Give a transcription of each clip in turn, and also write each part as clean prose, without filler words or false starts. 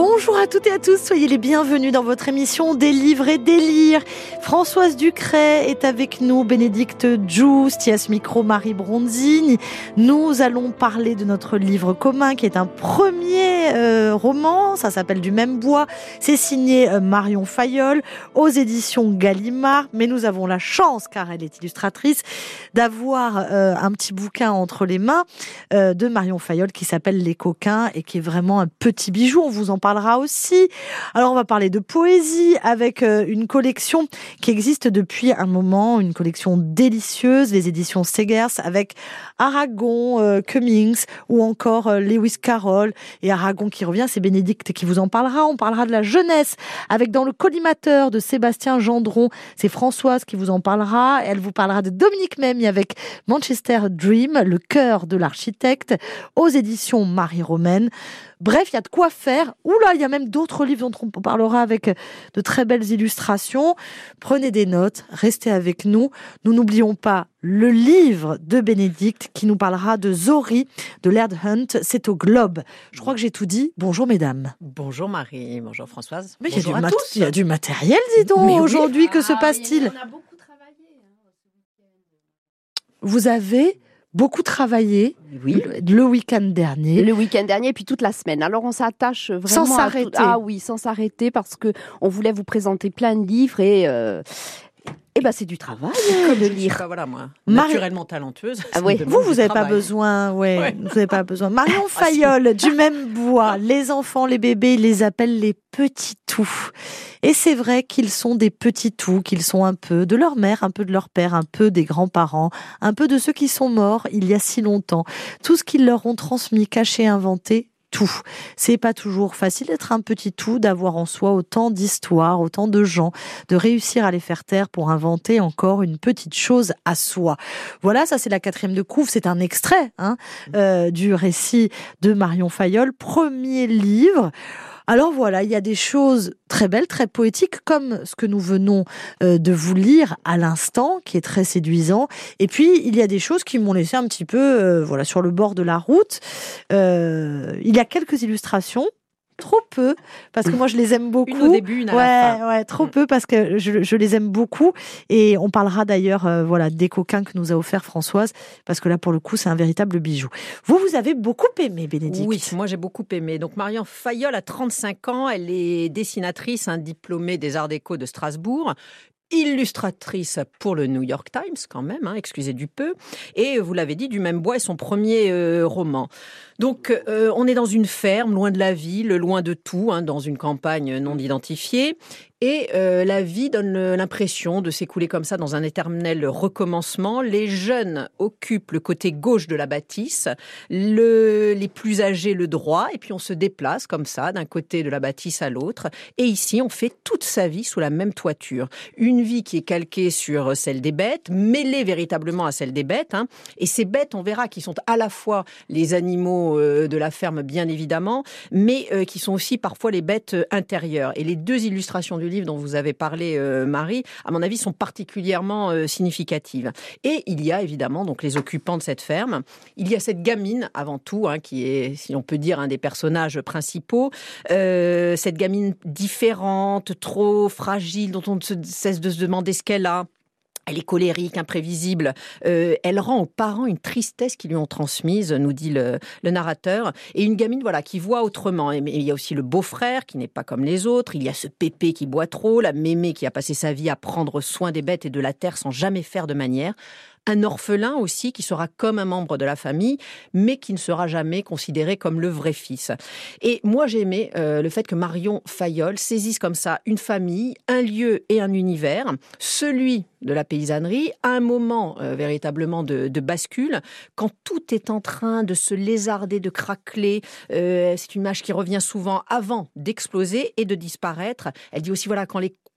Bonjour à toutes et à tous, soyez les bienvenus dans votre émission Des livres et des lires. Françoise Ducret est avec nous, Bénédicte Giusti, à ce micro Marie Bronzini. Nous allons parler de notre livre commun qui est un premier roman, ça s'appelle Du même bois, c'est signé Marion Fayolle aux éditions Gallimard, mais nous avons la chance, car elle est illustratrice, d'avoir un petit bouquin entre les mains de Marion Fayolle qui s'appelle Les Coquins et qui est vraiment un petit bijou. On vous en parlera aussi. Alors on va parler de poésie avec une collection qui existe depuis un moment, une collection délicieuse, les éditions Segers, avec Aragon, Cummings ou encore Lewis Carroll. Et Aragon qui revient, c'est Bénédicte qui vous en parlera. On parlera de la jeunesse avec Dans le collimateur de Sébastien Gendron, c'est Françoise qui vous en parlera. Elle vous parlera de Dominique Memmi avec Manchester Dream, le cœur de l'architecte, aux éditions Marie-Romaine. Bref, il y a de quoi faire. Oula, il y a même d'autres livres dont on parlera avec de très belles illustrations. Prenez des notes, restez avec nous. Nous n'oublions pas le livre de Bénédicte qui nous parlera de Zori, de Laird Hunt. C'est au Globe. Je crois que j'ai tout dit. Bonjour mesdames. Bonjour Marie, bonjour Françoise. Mais bonjour il y a du matériel, dis donc, aujourd'hui. Oui. Que se passe-t-il ? On a beaucoup travaillé. Vous avez beaucoup travaillé le week-end dernier. Le week-end dernier, et puis toute la semaine. Alors on s'attache vraiment sans s'arrêter. Ah oui, sans s'arrêter, parce que on voulait vous présenter plein de livres et ben c'est du travail Comme de je lire. Suis pas, voilà, moi, naturellement talentueuse. Ah ouais. Vous n'avez pas besoin, vous n'avez pas besoin. Marion Fayolle, Du même bois. Les enfants, les bébés, ils les appellent les petits toux. Et c'est vrai qu'ils sont des petits toux, qu'ils sont un peu de leur mère, un peu de leur père, un peu des grands-parents, un peu de ceux qui sont morts il y a si longtemps. Tout ce qu'ils leur ont transmis, caché, inventé, tout. C'est pas toujours facile d'être un petit tout, d'avoir en soi autant d'histoires, autant de gens, de réussir à les faire taire pour inventer encore une petite chose à soi. Voilà, ça c'est la 4e de couve, c'est un extrait du récit de Marion Fayolle, premier livre. Alors voilà, il y a des choses très belles, très poétiques, comme ce que nous venons de vous lire à l'instant, qui est très séduisant. Et puis, il y a des choses qui m'ont laissé un petit peu sur le bord de la route. Il y a quelques illustrations. Trop peu, parce que moi je les aime beaucoup. Une au début, une à la fin. Ouais, trop peu, parce que je les aime beaucoup. Et on parlera d'ailleurs des coquins que nous a offert Françoise, parce que là pour le coup c'est un véritable bijou. Vous avez beaucoup aimé, Bénédicte. Oui, moi j'ai beaucoup aimé. Donc Marion Fayolle a 35 ans, elle est dessinatrice, diplômée des Arts Déco de Strasbourg. Illustratrice pour le New York Times quand même, excusez du peu. Et vous l'avez dit, Du même bois est son premier roman. Donc on est dans une ferme, loin de la ville, loin de tout, dans une campagne non identifiée. Et la vie donne l'impression de s'écouler comme ça dans un éternel recommencement. Les jeunes occupent le côté gauche de la bâtisse, les plus âgés le droit, et puis on se déplace comme ça d'un côté de la bâtisse à l'autre. Et ici, on fait toute sa vie sous la même toiture. Une vie qui est calquée sur celle des bêtes, mêlée véritablement à celle des bêtes. Et ces bêtes, on verra, qui sont à la fois les animaux de la ferme, bien évidemment, mais qui sont aussi parfois les bêtes intérieures. Et les deux illustrations du livre dont vous avez parlé, Marie, à mon avis, sont particulièrement significatives. Et il y a évidemment donc les occupants de cette ferme. Il y a cette gamine, avant tout, qui est, si on peut dire, un des personnages principaux. Cette gamine différente, trop fragile, dont on ne cesse de se demander ce qu'elle a. Elle est colérique, imprévisible. Elle rend aux parents une tristesse qu'ils lui ont transmise, nous dit le narrateur. Et une gamine, qui voit autrement. Mais il y a aussi le beau-frère qui n'est pas comme les autres. Il y a ce pépé qui boit trop, la mémé qui a passé sa vie à prendre soin des bêtes et de la terre sans jamais faire de manière. Un orphelin aussi qui sera comme un membre de la famille, mais qui ne sera jamais considéré comme le vrai fils. Et moi, j'ai aimé le fait que Marion Fayolle saisisse comme ça une famille, un lieu et un univers, celui de la paysannerie, à un moment véritablement de bascule, quand tout est en train de se lézarder, de craqueler. C'est une image qui revient souvent avant d'exploser et de disparaître. Elle dit aussi, quand les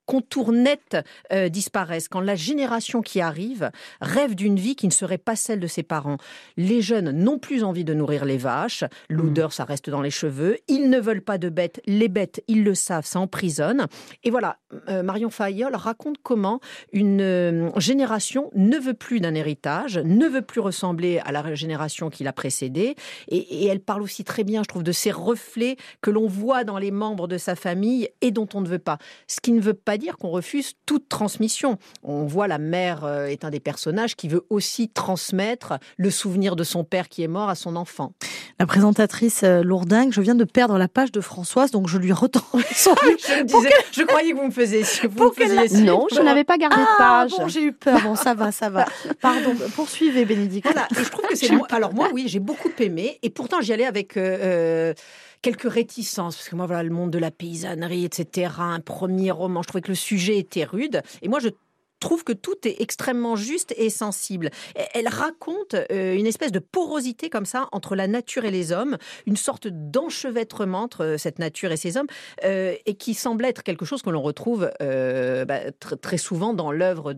contours nets disparaissent, quand la génération qui arrive rêve d'une vie qui ne serait pas celle de ses parents. Les jeunes n'ont plus envie de nourrir les vaches, l'odeur ça reste dans les cheveux, ils ne veulent pas de bêtes, les bêtes ils le savent, ça emprisonne. Et voilà, Marion Fayolle raconte comment une génération ne veut plus d'un héritage, ne veut plus ressembler à la génération qui l'a précédée, et elle parle aussi très bien, je trouve, de ces reflets que l'on voit dans les membres de sa famille et dont on ne veut pas. Ce qui ne veut pas dire qu'on refuse toute transmission. On voit la mère est un des personnages qui veut aussi transmettre le souvenir de son père qui est mort à son enfant. La présentatrice lourdingue, je viens de perdre la page de Françoise, donc je lui retends son je croyais que vous me faisiez Non, je n'avais pas gardé de page. Bon, j'ai eu peur. Bon, ça va. Pardon, poursuivez, Bénédicte. Voilà, et je trouve que c'est... Alors moi, oui, j'ai beaucoup aimé, et pourtant j'y allais avec... quelques réticences, parce que moi, voilà, le monde de la paysannerie, etc., un premier roman, je trouvais que le sujet était rude, et moi, je trouve que tout est extrêmement juste et sensible. Elle raconte une espèce de porosité comme ça entre la nature et les hommes, une sorte d'enchevêtrement entre cette nature et ces hommes, et qui semble être quelque chose que l'on retrouve très souvent dans l'œuvre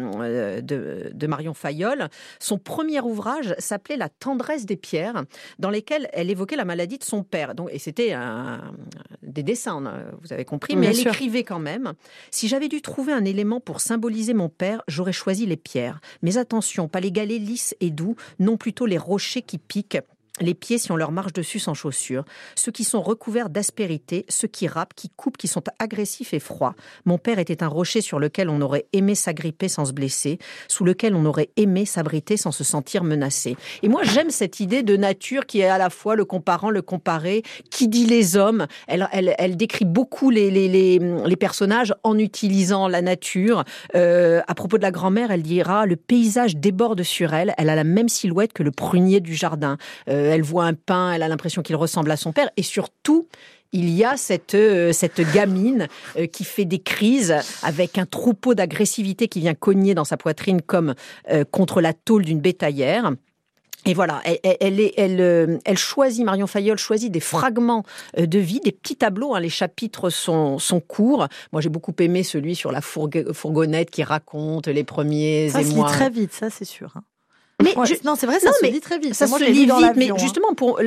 de Marion Fayolle. Son premier ouvrage s'appelait La tendresse des pierres, dans lesquels elle évoquait la maladie de son père. Donc, et c'était des dessins, vous avez compris, mais elle écrivait quand même. Si j'avais dû trouver un élément pour symboliser mon père, j'aurais choisi les pierres. Mais attention, pas les galets lisses et doux, non plutôt les rochers qui piquent les pieds si on leur marche dessus sans chaussures, ceux qui sont recouverts d'aspérité, ceux qui râpent, qui coupent, qui sont agressifs et froids. Mon père était un rocher sur lequel on aurait aimé s'agripper sans se blesser, sous lequel on aurait aimé s'abriter sans se sentir menacé. Et moi, j'aime cette idée de nature qui est à la fois le comparant, le comparé, qui dit les hommes. Elle décrit beaucoup les personnages en utilisant la nature. À propos de la grand-mère, elle dira « Le paysage déborde sur elle, elle a la même silhouette que le prunier du jardin ». Elle voit un pin, elle a l'impression qu'il ressemble à son père. Et surtout, il y a cette gamine qui fait des crises avec un troupeau d'agressivité qui vient cogner dans sa poitrine comme contre la tôle d'une bétaillère. Et voilà, elle choisit, Marion Fayolle choisit des fragments de vie, des petits tableaux. Les chapitres sont courts. Moi, j'ai beaucoup aimé celui sur la fourgonnette qui raconte les premiers émois. Ça se lit très vite, ça c'est sûr. Mais non, c'est vrai, ça se lit très vite. Ça se lit vite, mais justement, pour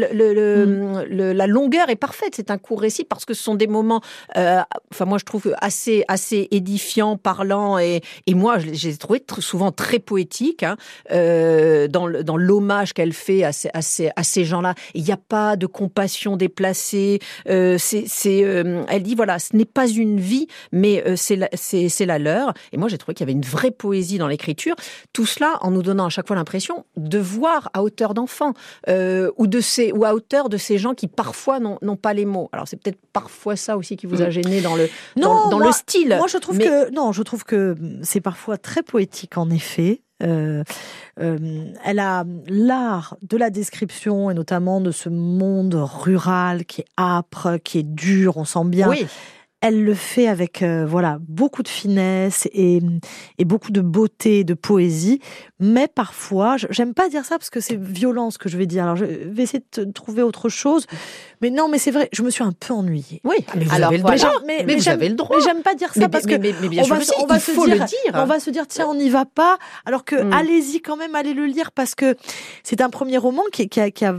la longueur est parfaite. C'est un court récit parce que ce sont des moments, moi, je trouve assez édifiants, parlants, et moi, j'ai trouvé souvent très poétiques dans l'hommage qu'elle fait à ces gens-là. Il n'y a pas de compassion déplacée. Elle dit voilà, ce n'est pas une vie, mais c'est la leur. Et moi, j'ai trouvé qu'il y avait une vraie poésie dans l'écriture. Tout cela en nous donnant à chaque fois l'impression de voir à hauteur d'enfant ou à hauteur de ces gens qui parfois n'ont pas les mots. Alors c'est peut-être parfois ça aussi qui vous a gêné dans le style. Moi je trouve que c'est parfois très poétique en effet. Elle a l'art de la description et notamment de ce monde rural qui est âpre, qui est dur, on sent bien. Oui. Elle le fait avec beaucoup de finesse et beaucoup de beauté, de poésie. Mais parfois, j'aime pas dire ça parce que c'est violent ce que je vais dire. Alors je vais essayer de trouver autre chose. Mais non, mais c'est vrai, je me suis un peu ennuyée. Oui, mais vous avez le droit. Mais vous avez le droit. Mais j'aime pas dire ça parce que on va se dire tiens, on n'y va pas. Alors que allez-y quand même, allez le lire parce que c'est un premier roman qui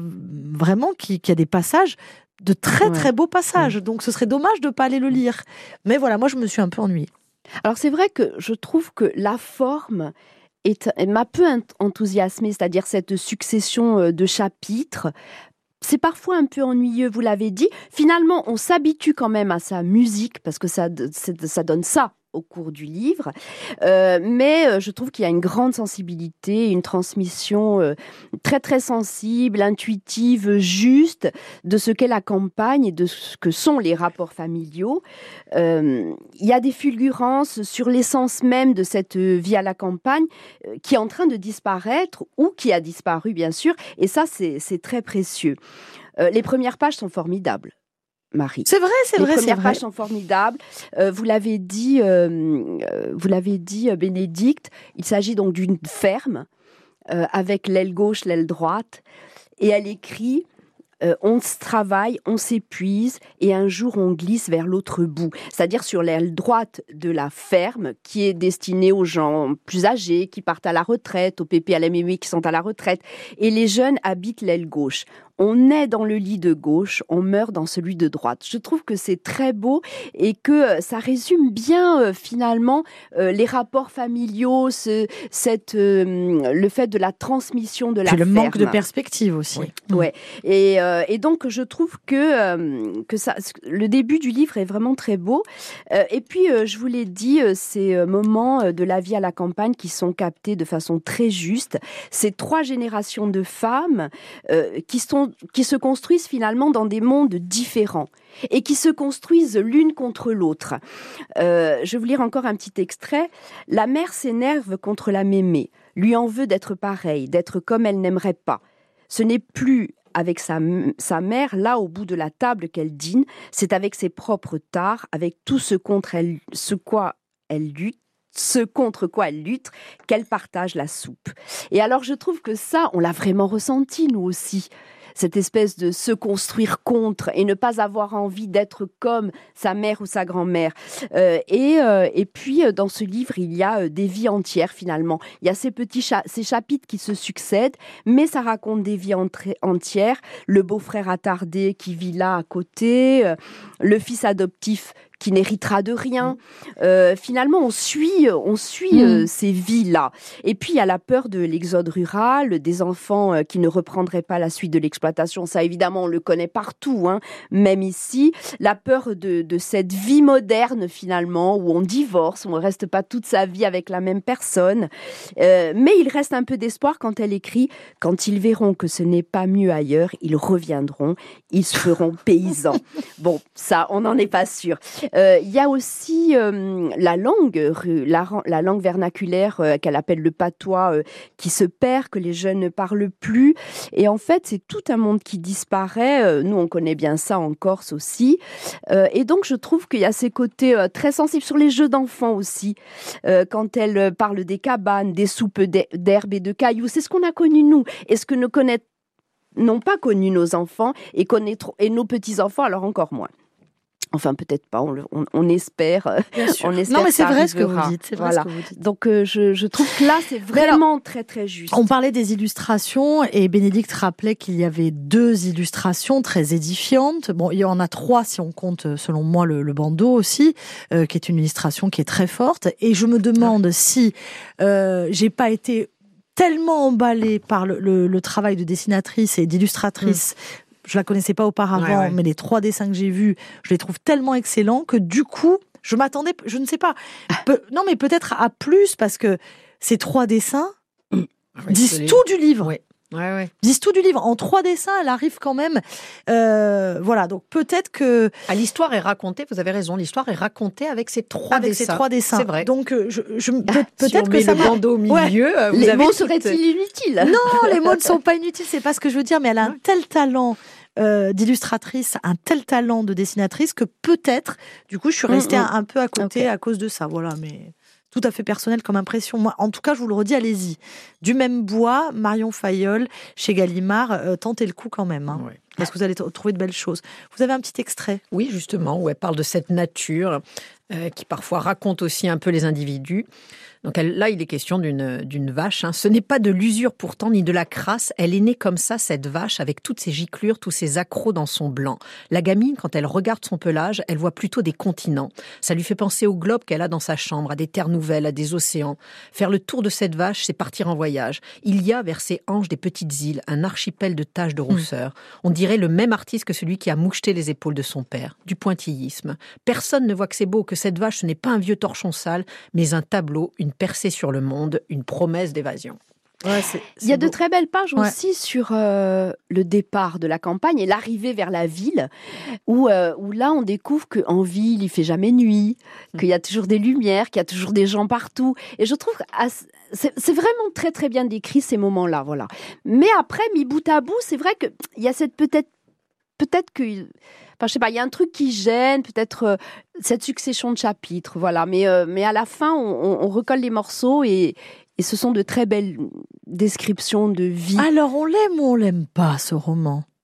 a des passages de très très beaux passages, donc ce serait dommage de pas aller le lire. Mais voilà, moi je me suis un peu ennuyée. Alors c'est vrai que je trouve que la forme m'a peu enthousiasmée, c'est-à-dire cette succession de chapitres. C'est parfois un peu ennuyeux, vous l'avez dit. Finalement, on s'habitue quand même à sa musique parce que ça donne ça au cours du livre, mais je trouve qu'il y a une grande sensibilité, une transmission très très sensible, intuitive, juste de ce qu'est la campagne et de ce que sont les rapports familiaux. Il y a des fulgurances sur l'essence même de cette vie à la campagne qui est en train de disparaître ou qui a disparu bien sûr, et ça c'est très précieux. Les premières pages sont formidables. Marie. C'est vrai. Les premières pages sont formidables. Vous l'avez dit, Bénédicte, il s'agit donc d'une ferme avec l'aile gauche, l'aile droite, et elle écrit on se travaille, on s'épuise et un jour on glisse vers l'autre bout. C'est-à-dire sur l'aile droite de la ferme qui est destinée aux gens plus âgés, qui partent à la retraite, aux pépés à la mémé qui sont à la retraite. Et les jeunes habitent l'aile gauche. On naît dans le lit de gauche, on meurt dans celui de droite. Je trouve que c'est très beau et que ça résume bien finalement les rapports familiaux, le fait de la transmission de la ferme. Le manque de perspective aussi. Oui. Ouais. Et donc je trouve que ça, le début du livre est vraiment très beau. Et puis je vous l'ai dit, ces moments de la vie à la campagne qui sont captés de façon très juste. Ces 3 générations de femmes qui se construisent finalement dans des mondes différents et qui se construisent l'une contre l'autre. Je vais vous lire encore un petit extrait. La mère s'énerve contre la mémé, lui en veut d'être pareille, d'être comme elle n'aimerait pas. Ce n'est plus avec sa mère, là au bout de la table qu'elle dîne, c'est avec ses propres tares, avec tout ce contre quoi elle lutte, qu'elle partage la soupe. Et alors je trouve que ça, on l'a vraiment ressenti nous aussi. Cette espèce de se construire contre et ne pas avoir envie d'être comme sa mère ou sa grand-mère. Et puis, dans ce livre, il y a des vies entières, finalement. Il y a ces chapitres qui se succèdent, mais ça raconte des vies entières. Le beau-frère attardé qui vit là à côté, le fils adoptif qui n'héritera de rien. Finalement, on suit ces vies-là. Et puis, il y a la peur de l'exode rural, des enfants qui ne reprendraient pas la suite de l'exploitation. Ça, évidemment, on le connaît partout, hein, même ici. La peur de cette vie moderne, finalement, où on divorce, où on ne reste pas toute sa vie avec la même personne. Mais il reste un peu d'espoir quand elle écrit « Quand ils verront que ce n'est pas mieux ailleurs, ils reviendront, ils se feront paysans. » Bon, ça, on n'en est pas sûr. Il y a aussi la langue vernaculaire qu'elle appelle le patois qui se perd, que les jeunes ne parlent plus. Et en fait, c'est tout un monde qui disparaît. Nous, on connaît bien ça en Corse aussi. Et donc, je trouve qu'il y a ces côtés très sensibles sur les jeux d'enfants aussi. Quand elle parle des cabanes, des soupes d'herbe et de cailloux, c'est ce qu'on a connu nous. Et ce que n'ont pas connu nos enfants et nos petits-enfants, alors encore moins. Enfin, peut-être pas, on espère. Bien sûr. On espère non, mais c'est vrai arrivera. ce que vous dites. Voilà. Donc, je trouve que là, c'est vraiment très, très juste. On parlait des illustrations et Bénédicte rappelait qu'il y avait 2 illustrations très édifiantes. Bon, il y en a 3 si on compte, selon moi, le bandeau aussi, qui est une illustration qui est très forte. Et je me demande si j'ai pas été tellement emballée par le travail de dessinatrice et d'illustratrice. Je la connaissais pas auparavant, mais les 3 dessins que j'ai vus, je les trouve tellement excellents que du coup, je m'attendais, je ne sais pas, non mais peut-être à plus parce que ces 3 dessins disent tout du livre. Disent tout du livre. En 3 dessins, elle arrive quand même. Voilà, donc peut-être que l'histoire est racontée. Vous avez raison, l'histoire est racontée avec ces 3 dessins. Ces 3 dessins. C'est vrai. Donc peut-être si que ça le bandeau au milieu. Les mots seraient-ils inutiles ? Non, les mots ne sont pas inutiles. C'est pas ce que je veux dire, mais elle a un tel talent d'illustratrice, un tel talent de dessinatrice que peut-être, du coup, je suis restée un peu à côté à cause de ça. Voilà, mais tout à fait personnel comme impression. Moi, en tout cas, je vous le redis, allez-y. Du même bois, Marion Fayolle, chez Gallimard, tentez le coup quand même. Hein, parce que vous allez trouver de belles choses. Vous avez un petit extrait ? Oui, justement, où elle parle de cette nature qui parfois raconte aussi un peu les individus. Donc là, il est question d'une vache. Hein. Ce n'est pas de l'usure pourtant, ni de la crasse. Elle est née comme ça, cette vache, avec toutes ses giclures, tous ses accros dans son blanc. La gamine, quand elle regarde son pelage, elle voit plutôt des continents. Ça lui fait penser au globe qu'elle a dans sa chambre, à des terres nouvelles, à des océans. Faire le tour de cette vache, c'est partir en voyage. Il y a vers ses hanches des petites îles, un archipel de taches de rousseur. On dirait le même artiste que celui qui a moucheté les épaules de son père. Du pointillisme. Personne ne voit que c'est beau, que cette vache, ce n'est pas un vieux torchon sale, mais un tableau, une percée sur le monde, une promesse d'évasion. Il y a de très belles pages aussi sur le départ de la campagne et l'arrivée vers la ville, où là on découvre qu'en ville il fait jamais nuit, qu'il y a toujours des lumières, qu'il y a toujours des gens partout. Et je trouve que c'est vraiment très très bien décrit ces moments-là, voilà. Mais après, mis bout à bout, c'est vrai qu'il y a cette peut-être que... Enfin, je sais pas, il y a un truc qui gêne, peut-être cette succession de chapitres, voilà. Mais à la fin, on recolle les morceaux et ce sont de très belles descriptions de vie. Alors, on l'aime ou on l'aime pas, ce roman ?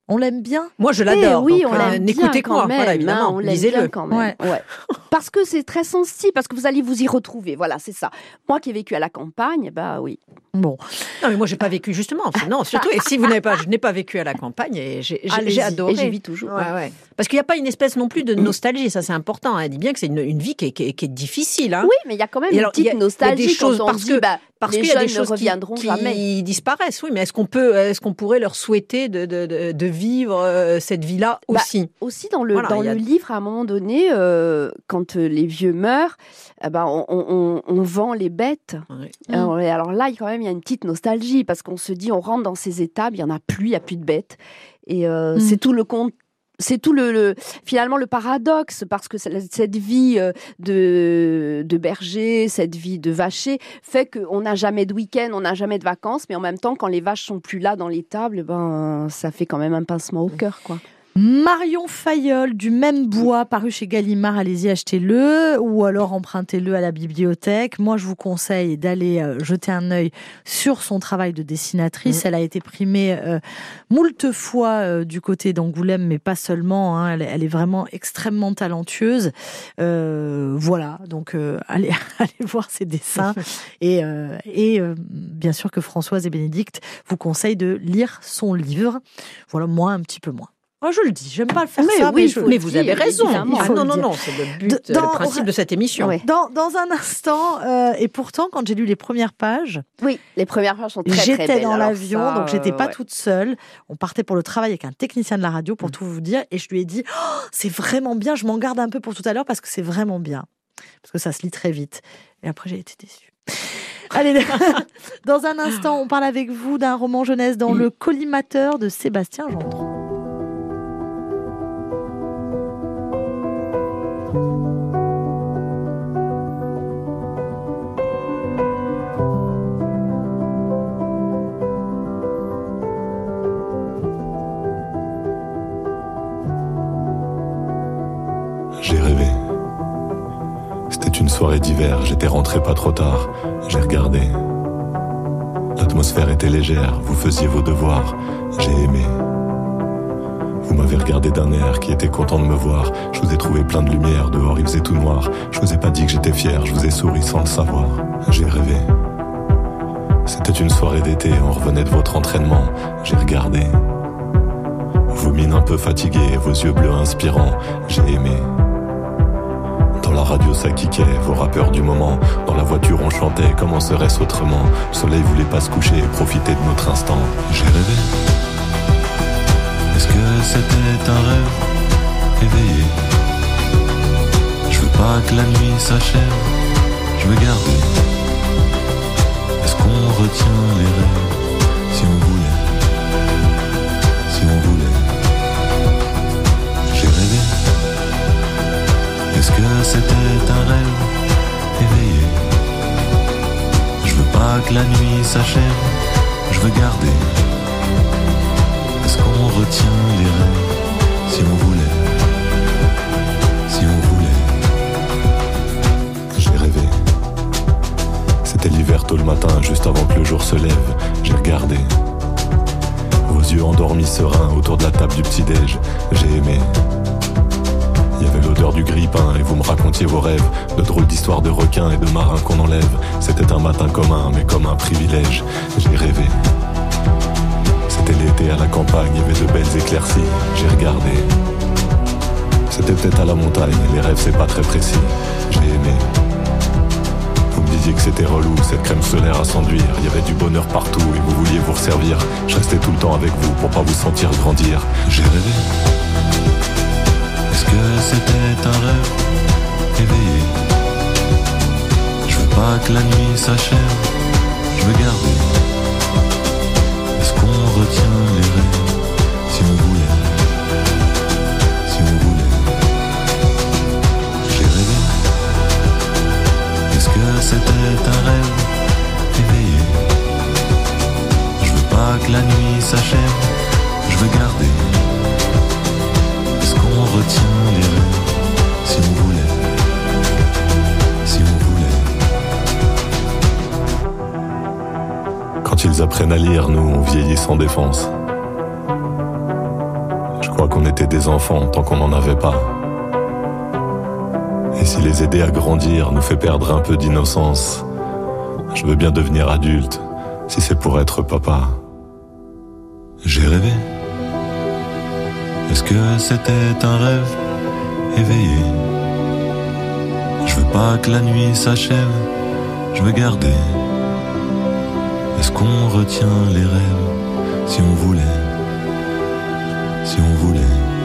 On l'aime bien? Moi, je l'adore. Oui, donc, on l'aime n'écoutez bien que moi, quand même, voilà, évidemment. on l'aime Lisez-le. bien quand même. Ouais. Parce que c'est très sensible, parce que vous allez vous y retrouver. Voilà, c'est ça. Moi qui ai vécu à la campagne, bah oui. Bon. Non, mais moi, j'ai pas vécu justement. Non, surtout. Et si vous n'avez pas, je n'ai pas vécu à la campagne et j'ai adoré. Et j'y vis toujours. Ouais. Parce qu'il n'y a pas une espèce non plus de nostalgie. Ça, c'est important. Elle dit bien que c'est une vie qui est difficile. Hein. Oui, mais il y a quand même une petite nostalgie. Il y a des choses quand on dit, parce les qu'il y a des jeunes choses ne reviendront jamais. qui disparaissent. Oui, mais est-ce qu'on pourrait leur souhaiter de vivre cette vie-là aussi? Aussi dans le livre, à un moment donné, quand les vieux meurent, on vend les bêtes. Ouais. Alors là, quand même, il y a une petite nostalgie parce qu'on se dit, on rentre dans ces étables, il y en a plus, il y a plus de bêtes, et c'est tout le compte. C'est tout finalement le paradoxe, parce que cette vie de berger, cette vie de vacher, fait qu'on n'a jamais de week-end, on n'a jamais de vacances, mais en même temps, quand les vaches sont plus là dans l'étable, ça fait quand même un pincement au cœur, quoi. Marion Fayolle, du même bois, paru chez Gallimard, allez-y, achetez-le, ou alors empruntez-le à la bibliothèque. Moi, je vous conseille d'aller jeter un œil sur son travail de dessinatrice. Elle a été primée moult fois du côté d'Angoulême, mais pas seulement. Hein. Elle est vraiment extrêmement talentueuse. Voilà, donc allez voir ses dessins. Et bien sûr que Françoise et Bénédicte vous conseillent de lire son livre. Voilà, moi, un petit peu moins. Oh, je le dis, j'aime pas le faire mais vous avez raison. Non, c'est le but, le principe de cette émission. Ouais. Dans un instant, et pourtant, quand j'ai lu les premières pages, oui, les premières pages sont très très belles. J'étais dans l'avion, donc j'étais pas toute seule. On partait pour le travail avec un technicien de la radio, pour tout vous dire, et je lui ai dit, c'est vraiment bien. Je m'en garde un peu pour tout à l'heure parce que c'est vraiment bien, parce que ça se lit très vite. Et après, j'ai été déçue. Allez, dans un instant, on parle avec vous d'un roman jeunesse dans Le Collimateur de Sébastien Gendron. J'ai rêvé. C'était une soirée d'hiver, j'étais rentré pas trop tard. J'ai regardé. L'atmosphère était légère, vous faisiez vos devoirs. J'ai aimé. Vous m'avez regardé d'un air qui était content de me voir. Je vous ai trouvé plein de lumière, dehors il faisait tout noir. Je vous ai pas dit que j'étais fier, je vous ai souri sans le savoir. J'ai rêvé. C'était une soirée d'été, on revenait de votre entraînement. J'ai regardé. Vos mines un peu fatiguées, vos yeux bleus inspirants. J'ai aimé. Dans la radio ça kickait, vos rappeurs du moment. Dans la voiture on chantait, comment serait-ce autrement? Le soleil voulait pas se coucher, profiter de notre instant. J'ai rêvé. Est-ce que c'était un rêve éveillé? Je veux pas que la nuit s'achève, je veux garder. Est-ce qu'on retient les rêves? Si on voulait, si on voulait. J'ai rêvé. Est-ce que c'était un rêve éveillé? Je veux pas que la nuit s'achève, je veux garder. Est-ce qu'on retient les rêves? Si on voulait, si on voulait. J'ai rêvé. C'était l'hiver tôt le matin, juste avant que le jour se lève. J'ai regardé. Vos yeux endormis sereins autour de la table du petit-déj. J'ai aimé. Il y avait l'odeur du grille-pain et vous me racontiez vos rêves. De drôles d'histoires de requins et de marins qu'on enlève. C'était un matin commun, mais comme un privilège. J'ai rêvé. C'était l'été à la campagne, il y avait de belles éclaircies. J'ai regardé. C'était peut-être à la montagne, les rêves c'est pas très précis. J'ai aimé. Vous me disiez que c'était relou, cette crème solaire à s'enduire. Il y avait du bonheur partout et vous vouliez vous resservir. Je restais tout le temps avec vous pour pas vous sentir grandir. J'ai rêvé. Est-ce que c'était un rêve éveillé? Je veux pas que la nuit s'achève, je veux garder. Est-ce qu'on retient les rêves? Si on voulait, si on voulait. J'ai rêvé. Est-ce que c'était un rêve éveillé? Je veux pas que la nuit s'achève, je veux garder. Est-ce qu'on retient les rêves? Si on voulait, si on voulait. Quand ils apprennent à lire, nous on vieillit sans défense. crois qu'on était des enfants tant qu'on n'en avait pas. Et si les aider à grandir nous fait perdre un peu d'innocence, je veux bien devenir adulte, si c'est pour être papa. J'ai rêvé. Est-ce que c'était un rêve éveillé? Je veux pas que la nuit s'achève, je veux garder. Est-ce qu'on retient les rêves si on voulait? Si on voulait.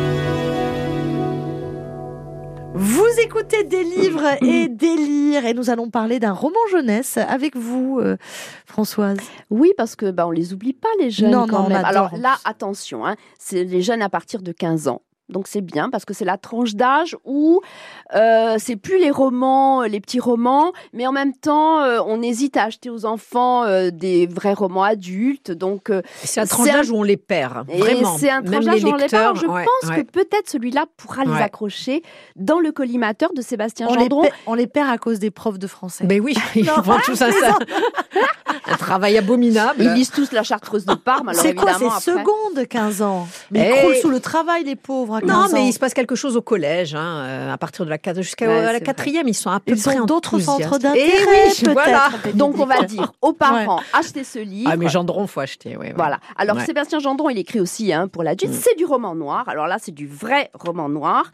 Vous écoutez Des livres et délires et nous allons parler d'un roman jeunesse avec vous, Françoise. Oui, parce que on les oublie pas les jeunes quand même. Alors là, attention, attention, c'est les jeunes à partir de 15 ans. Donc c'est bien parce que c'est la tranche d'âge où c'est plus les romans, les petits romans, mais en même temps on hésite à acheter aux enfants des vrais romans adultes. Donc c'est un tranche d'âge où on les perd, vraiment. C'est un tranche d'âge où on les perd. Je pense que peut-être celui-là pourra les accrocher dans le collimateur de Sébastien Gendron. On les perd à cause des profs de français. Mais oui, ils font tout ça. Un travail abominable. Ils lisent tous la Chartreuse de Parme. Alors c'est quoi, évidemment, c'est seconde, 15 ans. Mais ils croulent sous le travail, les pauvres. Non, mais il se passe quelque chose au collège, à partir de la 4 jusqu'à la 4e, ils sont à peu près enthousiastes. Ils ont d'autres centres d'intérêt, peut-être. Voilà. Donc on va dire aux parents, achetez ce livre. Ah mais Gendron, faut acheter. Ouais. Voilà. Alors Sébastien Gendron, il écrit aussi pour l'adulte. C'est du roman noir. Alors là, c'est du vrai roman noir.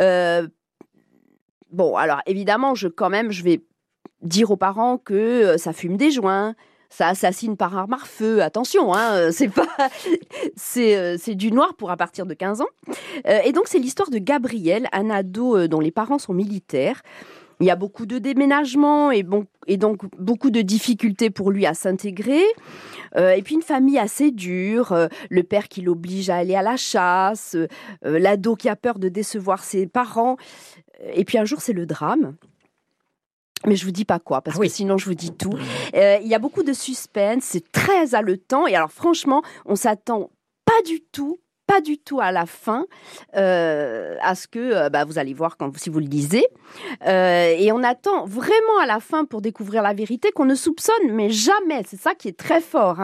Bon, alors évidemment, je vais dire aux parents que ça fume des joints. Ça assassine par arme à feu, attention, c'est du noir pour à partir de 15 ans. Et donc c'est l'histoire de Gabriel, un ado dont les parents sont militaires. Il y a beaucoup de déménagements et donc beaucoup de difficultés pour lui à s'intégrer. Et puis une famille assez dure, le père qui l'oblige à aller à la chasse, l'ado qui a peur de décevoir ses parents. Et puis un jour c'est le drame. Mais je vous dis pas quoi, parce que sinon je vous dis tout. Il y a beaucoup de suspense, c'est très haletant. Et alors franchement, on s'attend pas du tout à la fin, à ce que vous allez voir si vous le lisez. Et on attend vraiment à la fin pour découvrir la vérité qu'on ne soupçonne, mais jamais. C'est ça qui est très fort.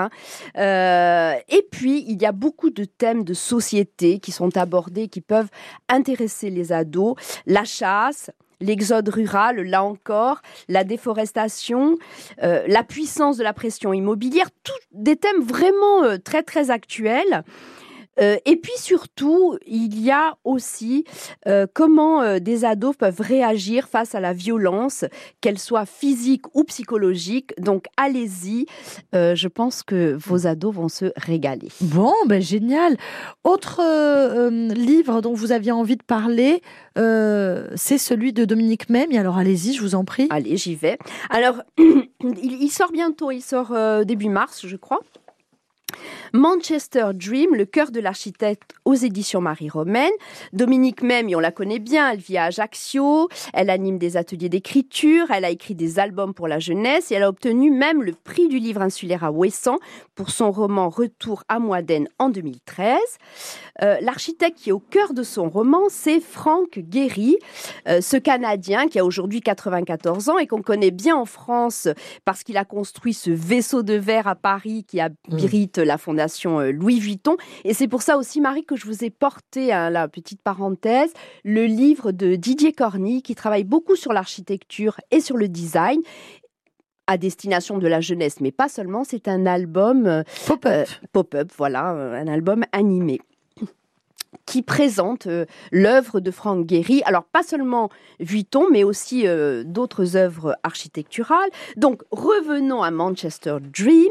Et puis, il y a beaucoup de thèmes de société qui sont abordés, qui peuvent intéresser les ados. La chasse, l'exode rural, là encore, la déforestation, la puissance de la pression immobilière, tous des thèmes vraiment très, très actuels. Et puis surtout, il y a aussi comment des ados peuvent réagir face à la violence, qu'elle soit physique ou psychologique. Donc allez-y, je pense que vos ados vont se régaler. Bon, génial. Autre livre dont vous aviez envie de parler, c'est celui de Dominique Memmi. Alors allez-y, je vous en prie. Allez, j'y vais. Alors, il sort bientôt, il sort début mars, je crois. Manchester Dream, le cœur de l'architecte aux éditions Marie-Romaine. Dominique Memmi, on la connaît bien, elle vit à Ajaccio, elle anime des ateliers d'écriture, elle a écrit des albums pour la jeunesse et elle a obtenu même le prix du livre insulaire à Ouessant pour son roman Retour à Moisden en 2013. L'architecte qui est au cœur de son roman, c'est Frank Gehry, ce Canadien qui a aujourd'hui 94 ans et qu'on connaît bien en France parce qu'il a construit ce vaisseau de verre à Paris qui abrite la fondation Louis Vuitton. Et c'est pour ça aussi, Marie, que je vous ai porté, la petite parenthèse, le livre de Didier Corny qui travaille beaucoup sur l'architecture et sur le design à destination de la jeunesse, mais pas seulement. C'est un album pop-up, voilà, un album animé qui présente l'œuvre de Frank Gehry. Alors, pas seulement Vuitton, mais aussi d'autres œuvres architecturales. Donc, revenons à Manchester Dream.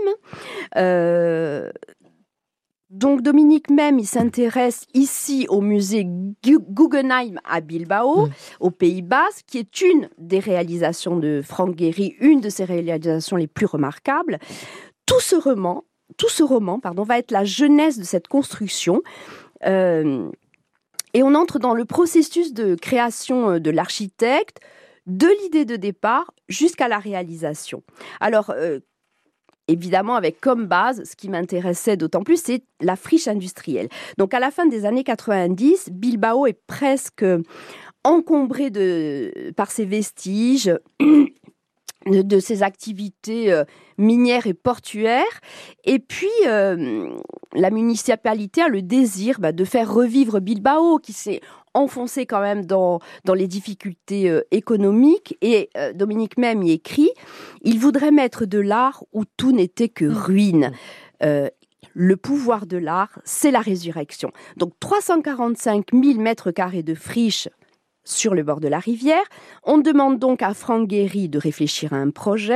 Donc, Dominique Memmi, il s'intéresse ici au musée Guggenheim à Bilbao, au Pays Basque, qui est une des réalisations de Frank Gehry, une de ses réalisations les plus remarquables. Tout ce roman, va être la genèse de cette construction. Et on entre dans le processus de création de l'architecte, de l'idée de départ jusqu'à la réalisation. Alors, évidemment, avec comme base, ce qui m'intéressait d'autant plus, c'est la friche industrielle. Donc, à la fin des années 90, Bilbao est presque encombré par ses vestiges. de ses activités minières et portuaires. Et puis, la municipalité a le désir de faire revivre Bilbao, qui s'est enfoncé quand même dans les difficultés économiques. Et Dominique même y écrit « Il voudrait mettre de l'art où tout n'était que ruine ». Le pouvoir de l'art, c'est la résurrection. Donc 345 000 mètres carrés de friche sur le bord de la rivière. On demande donc à Franck Gehry de réfléchir à un projet.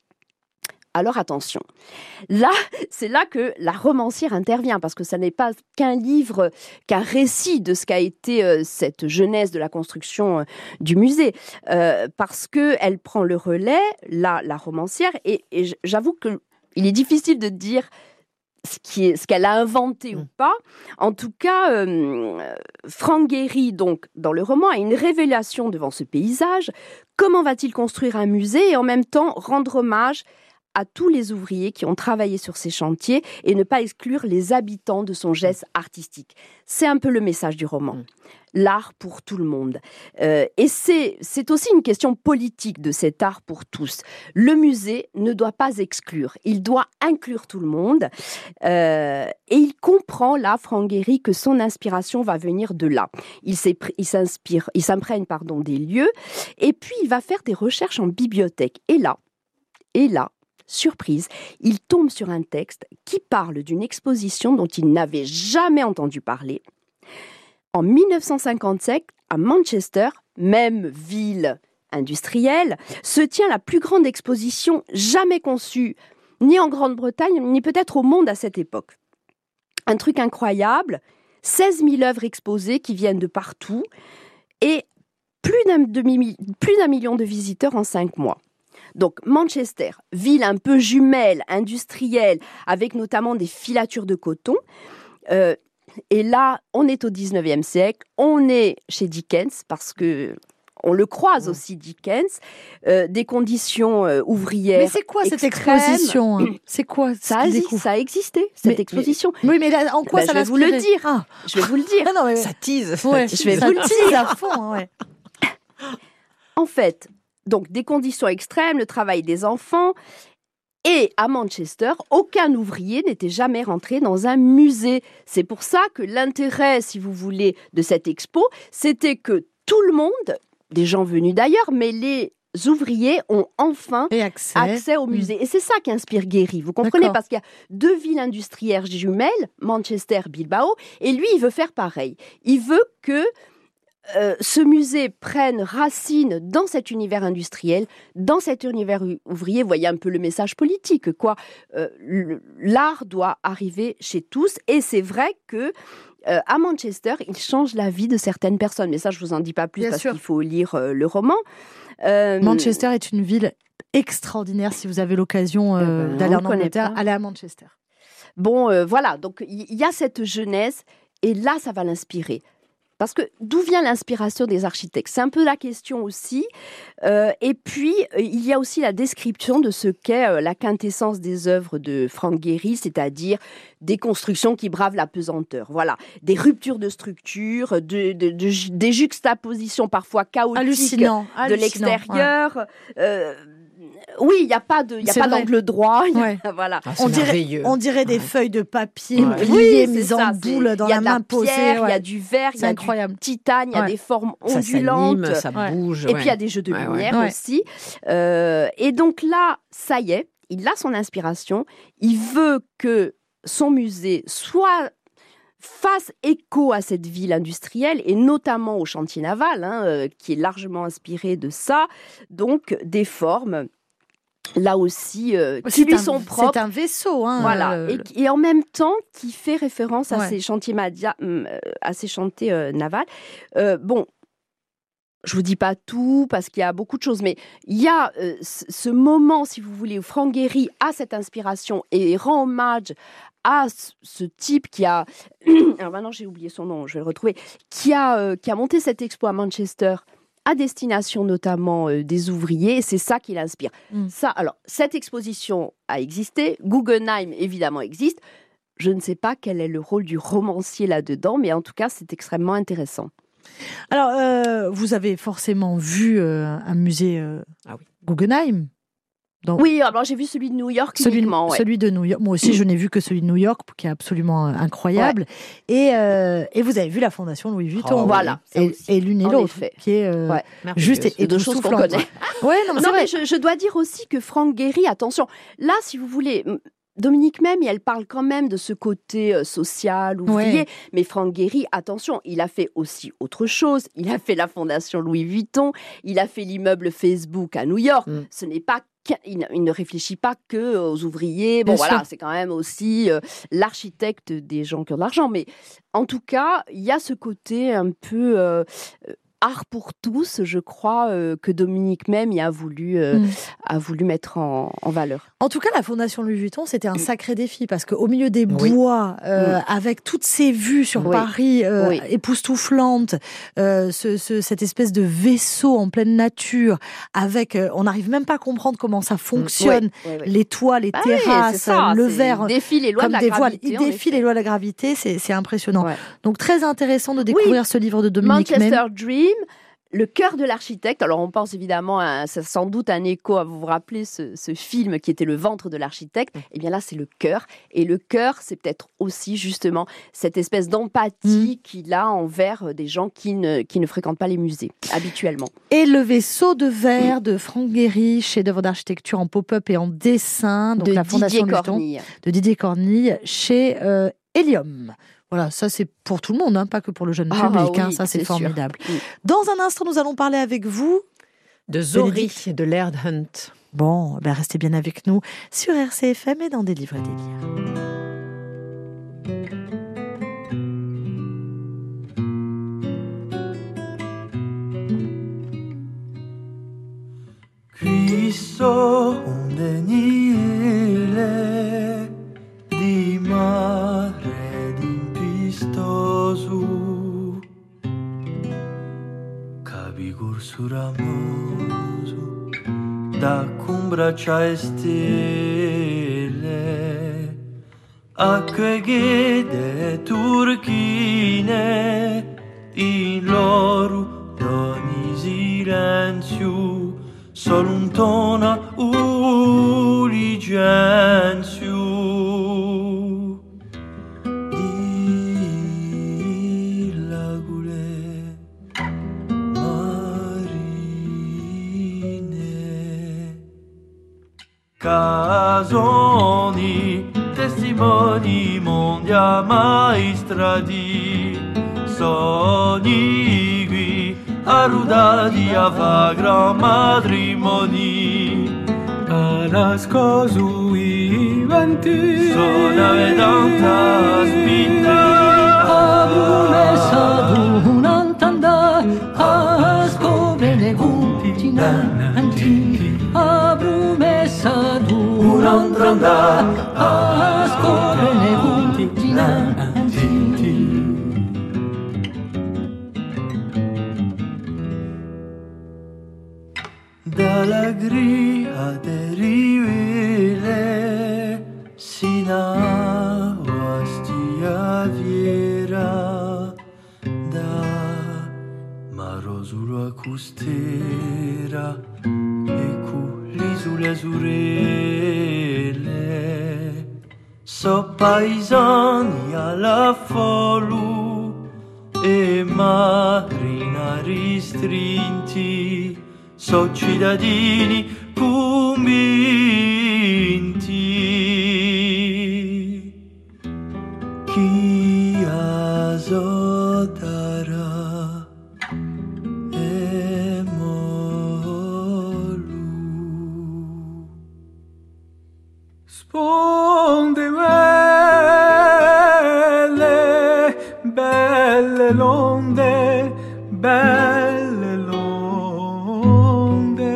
Alors attention, là, c'est là que la romancière intervient, parce que ça n'est pas qu'un livre, qu'un récit de ce qu'a été cette genèse de la construction du musée, parce qu'elle prend le relais, la romancière, et j'avoue qu'il est difficile de dire ce qu'elle a inventé ou pas. En tout cas, Franck Gehry, donc, dans le roman, a une révélation devant ce paysage. Comment va-t-il construire un musée et en même temps rendre hommage à tous les ouvriers qui ont travaillé sur ces chantiers et ne pas exclure les habitants de son geste artistique? C'est un peu le message du roman. L'art pour tout le monde. Et c'est aussi une question politique de cet art pour tous. Le musée ne doit pas exclure, il doit inclure tout le monde. Et il comprend là, Franck Gehry, que son inspiration va venir de là. Il s'imprègne des lieux, et puis il va faire des recherches en bibliothèque. Et là, surprise, il tombe sur un texte qui parle d'une exposition dont il n'avait jamais entendu parler. En 1957, à Manchester, même ville industrielle, se tient la plus grande exposition jamais conçue, ni en Grande-Bretagne, ni peut-être au monde à cette époque. Un truc incroyable, 16 000 œuvres exposées qui viennent de partout, et plus d'un million de visiteurs en 5 mois. Donc Manchester, ville un peu jumelle, industrielle, avec notamment des filatures de coton. Et là, on est au 19e siècle, on est chez Dickens, parce que on le croise aussi, Dickens, des conditions ouvrières. Mais c'est quoi cette exposition? C'est quoi ça a existé, cette exposition. Oui, mais là, en quoi ça l'a inspiré? Je vais vous le dire. Je vais vous le dire. Non, mais ça tease. Ouais, je vais vous le dire à fond. Ouais. En fait, donc des conditions extrêmes, le travail des enfants. Et à Manchester, aucun ouvrier n'était jamais rentré dans un musée. C'est pour ça que l'intérêt, si vous voulez, de cette expo, c'était que tout le monde, des gens venus d'ailleurs, mais les ouvriers ont enfin accès au musée. Et c'est ça qui inspire Gehry, vous comprenez? Parce qu'il y a 2 villes industrielles jumelles, Manchester, Bilbao, et lui, il veut faire pareil. Il veut que ce musée prenne racine dans cet univers industriel, dans cet univers ouvrier. Vous voyez un peu le message politique, quoi. L'art doit arriver chez tous, et c'est vrai que à Manchester, il change la vie de certaines personnes. Mais ça, je vous en dis pas plus parce qu'il faut lire le roman. Manchester est une ville extraordinaire. Si vous avez l'occasion d'aller en Angleterre, allez à Manchester. Bon, voilà. Donc il y a cette genèse, et là, ça va l'inspirer. Parce que d'où vient l'inspiration des architectes? C'est un peu la question aussi. Et puis, il y a aussi la description de ce qu'est la quintessence des œuvres de Franck Gehry, c'est-à-dire des constructions qui bravent la pesanteur. Voilà, des ruptures de structure, des juxtapositions parfois chaotiques de l'extérieur. Ouais. Oui, il n'y a pas d'angle droit. Voilà. On dirait des feuilles de papier pliées, mises en boule dans la main posée. Il y a du verre, il y a du titane, il y a des formes ondulantes. Ça bouge. Et puis il y a des jeux de lumière aussi. Et donc là, ça y est, il a son inspiration. Il veut que son musée fasse écho à cette ville industrielle, et notamment au chantier naval, qui est largement inspiré de ça. Donc des formes, là aussi, qui lui sont propres. C'est un vaisseau. Voilà. Et en même temps, qui fait référence à ces chantiers navals. Bon, je vous dis pas tout, parce qu'il y a beaucoup de choses, mais il y a ce moment, si vous voulez, où Franck Gehry a cette inspiration et rend hommage à ce type qui a... Alors maintenant, j'ai oublié son nom, je vais le retrouver. Qui a monté cette expo à Manchester, à destination notamment des ouvriers, et c'est ça qui l'inspire. Alors, cette exposition a existé, Guggenheim, évidemment, existe. Je ne sais pas quel est le rôle du romancier là-dedans, mais en tout cas, c'est extrêmement intéressant. Alors, vous avez forcément vu un musée Guggenheim. Oui, alors j'ai vu celui de New York uniquement. Celui de New York. Moi aussi, je n'ai vu que celui de New York, qui est absolument incroyable. Ouais. Et vous avez vu la Fondation Louis Vuitton. Voilà. Et l'une et l'autre, qui est juste et deux choses qu'on connaît. Ouais, non, mais je dois dire aussi que Franck Gehry, attention, là, si vous voulez... Dominique Même, elle parle quand même de ce côté social, ouvrier. Mais Franck Gehry, attention, il a fait aussi autre chose. Il a fait la Fondation Louis Vuitton. Il a fait l'immeuble Facebook à New York. Ce n'est pas il ne réfléchit pas que aux ouvriers. Bon, voilà, c'est quand même aussi l'architecte des gens qui ont de l'argent. Mais en tout cas, il y a ce côté un peu... art pour tous, je crois, que Dominique Même a voulu mettre en valeur. En tout cas, la Fondation Louis Vuitton, c'était un sacré défi parce qu'au milieu des bois, avec toutes ces vues sur Paris époustouflantes, cette espèce de vaisseau en pleine nature, avec, on n'arrive même pas à comprendre comment ça fonctionne, les toits, les terrasses, le verre, il défie les lois de la gravité. Il défie les lois de la gravité, c'est impressionnant. Ouais. Donc très intéressant de découvrir ce livre de Dominique Même. Manchester Dream. Le cœur de l'architecte, alors on pense évidemment, c'est sans doute un écho à vous rappeler ce film qui était Le ventre de l'architecte, et bien là c'est le cœur, et le cœur c'est peut-être aussi justement cette espèce d'empathie qu'il a envers des gens qui ne fréquentent pas les musées habituellement. Et Le vaisseau de verre de Franck Gehry, chef-d'œuvre d'architecture en pop-up et en dessin, donc la Fondation Louis Vuitton de Didier Cornille chez Helium. Voilà, ça c'est pour tout le monde, pas que pour le jeune public, ça c'est formidable. Dans un instant, nous allons parler avec vous de Zori, de Laird Hunt. Bon, restez bien avec nous sur RCFM et dans Des livres et des Suramoso da cumbracia e stelle acque ghede turchine in loro d'ogni silenzio solo un tono uligenzio casoni, testimoni, mondia maestradi, sogni qui, arrudati a fagra matrimoni, a nascosu i venti, sonave tanta spinta, a promessa d'un'antanda, a scoprire continenti, a promessa d'un'antanda, a scoprire continenti. Dalla gria derivele sina vastia viera da marosuro a costera e cu l'isole azurele so paesani alla folu e marinari strinti so cittadini convinti chi azotara e molu sponde belle l'onde belle l'onde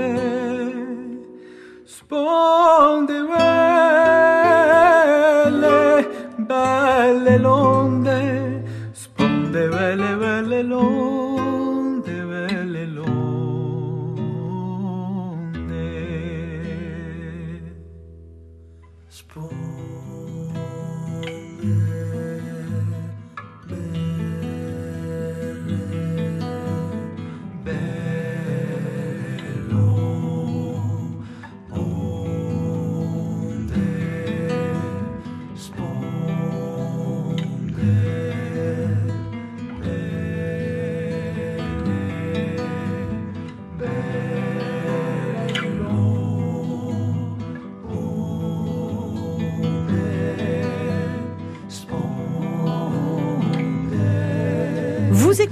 sponde belle l'onde sponde belle l'onde belle l'onde sponde bello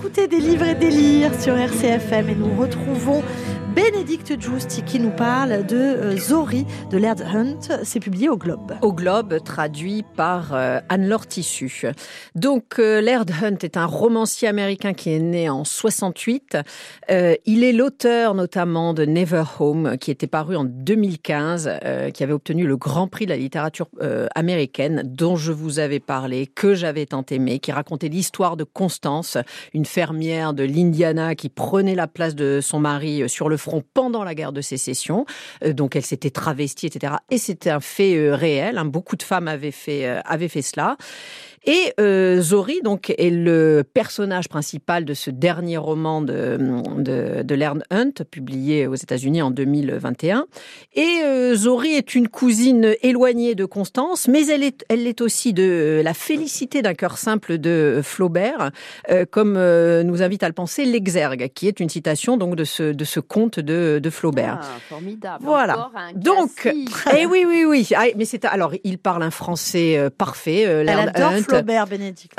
écoutez Des livres et des lires sur RCFM et nous retrouvons Bénédicte Giusti qui nous parle de Zori de Laird Hunt. C'est publié au Globe. Au Globe, traduit par Anne-Laure Tissu. Donc, Laird Hunt est un romancier américain qui est né en 68. Il est l'auteur notamment de Never Home, qui était paru en 2015, qui avait obtenu le Grand Prix de la littérature américaine, dont je vous avais parlé, que j'avais tant aimé, qui racontait l'histoire de Constance, une fermière de l'Indiana qui prenait la place de son mari sur le front pendant la guerre de sécession. Donc elle s'était travestie, etc. Et c'était un fait réel. Beaucoup de femmes avaient fait cela. Et Zori, donc, est le personnage principal de ce dernier roman de Laird Hunt, publié aux États-Unis en 2021. Et Zori est une cousine éloignée de Constance, mais elle est aussi de la félicité d'un cœur simple de Flaubert, comme nous invite à le penser l'Exergue, qui est une citation donc de ce conte de Flaubert. Ah, formidable. Voilà. Encore un Donc, classique. oui. Ah, mais alors, il parle un français parfait, Elle Laird adore Hunt. Flaubert, Bénédicte.